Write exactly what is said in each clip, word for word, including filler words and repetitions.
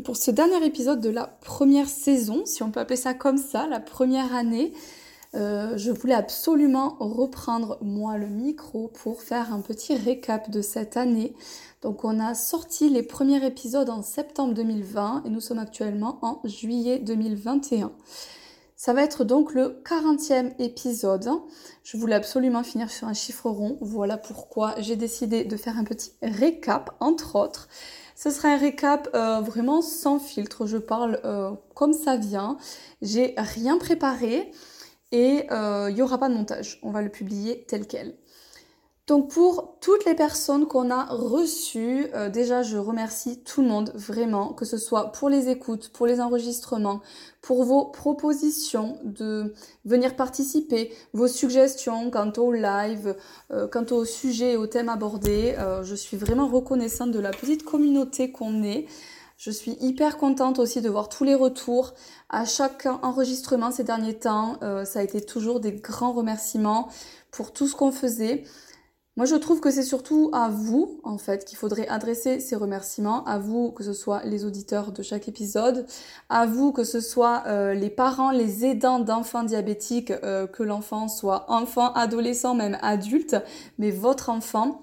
pour ce dernier épisode de la première saison, si on peut appeler ça comme ça, la première année. Euh, je voulais absolument reprendre moi le micro pour faire un petit récap de cette année. Donc on a sorti les premiers épisodes en septembre deux mille vingt et nous sommes actuellement en juillet deux mille vingt et un. Ça va être donc le quarantième épisode. Je voulais absolument finir sur un chiffre rond. Voilà pourquoi j'ai décidé de faire un petit récap, entre autres. Ce sera un récap euh, vraiment sans filtre. Je parle euh, comme ça vient. J'ai rien préparé et il euh, n'y aura pas de montage. On va le publier tel quel. Donc pour toutes les personnes qu'on a reçues, euh, déjà je remercie tout le monde vraiment, que ce soit pour les écoutes, pour les enregistrements, pour vos propositions de venir participer, vos suggestions quant au live, euh, quant au sujet et aux thèmes abordés. Euh, je suis vraiment reconnaissante de la petite communauté qu'on est. Je suis hyper contente aussi de voir tous les retours à chaque enregistrement ces derniers temps. Euh, ça a été toujours des grands remerciements pour tout ce qu'on faisait. Moi, je trouve que c'est surtout à vous, en fait, qu'il faudrait adresser ces remerciements. À vous, que ce soit les auditeurs de chaque épisode. À vous, que ce soit euh, les parents, les aidants d'enfants diabétiques, euh, que l'enfant soit enfant, adolescent, même adulte, mais votre enfant.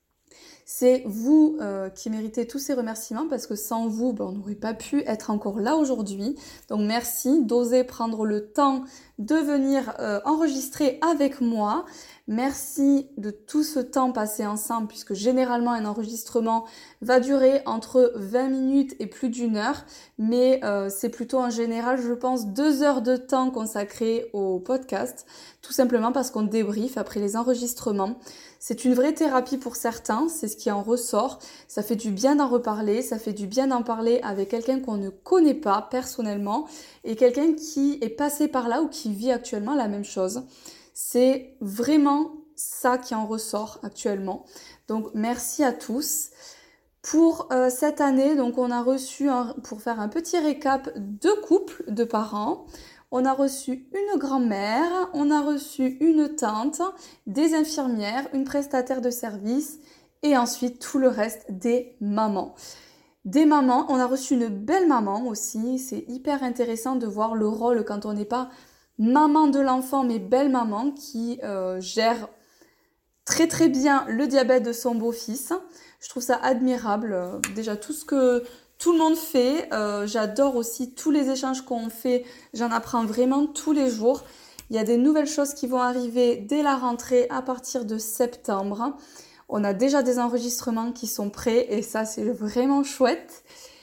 C'est vous euh, qui méritez tous ces remerciements parce que sans vous, ben, on n'aurait pas pu être encore là aujourd'hui. Donc merci d'oser prendre le temps de venir euh, enregistrer avec moi. Merci de tout ce temps passé ensemble puisque généralement un enregistrement va durer entre vingt minutes et plus d'une heure. Mais euh, c'est plutôt en général, je pense, deux heures de temps consacré au podcast. Tout simplement parce qu'on débriefe après les enregistrements. C'est une vraie thérapie pour certains, c'est ce qui en ressort. Ça fait du bien d'en reparler, ça fait du bien d'en parler avec quelqu'un qu'on ne connaît pas personnellement et quelqu'un qui est passé par là ou qui vit actuellement la même chose. C'est vraiment ça qui en ressort actuellement. Donc merci à tous. Pour euh, cette année, donc on a reçu, un, pour faire un petit récap, deux couples de parents. On a reçu une grand-mère, on a reçu une tante, des infirmières, une prestataire de service et ensuite tout le reste des mamans. Des mamans, on a reçu une belle maman aussi, c'est hyper intéressant de voir le rôle quand on n'est pas maman de l'enfant mais belle maman qui euh, gère très très bien le diabète de son beau-fils. Je trouve ça admirable, déjà tout ce que tout le monde fait. Euh, j'adore aussi tous les échanges qu'on fait, j'en apprends vraiment tous les jours. Il y a des nouvelles choses qui vont arriver dès la rentrée à partir de septembre. On a déjà des enregistrements qui sont prêts et ça c'est vraiment chouette.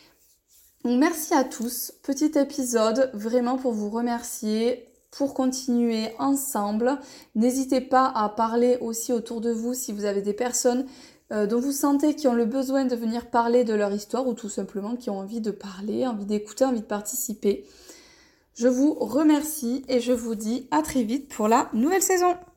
Donc, merci à tous, petit épisode vraiment pour vous remercier. Pour continuer ensemble, n'hésitez pas à parler aussi autour de vous si vous avez des personnes euh, dont vous sentez qui ont le besoin de venir parler de leur histoire ou tout simplement qui ont envie de parler, envie d'écouter, envie de participer. Je vous remercie et je vous dis à très vite pour la nouvelle saison.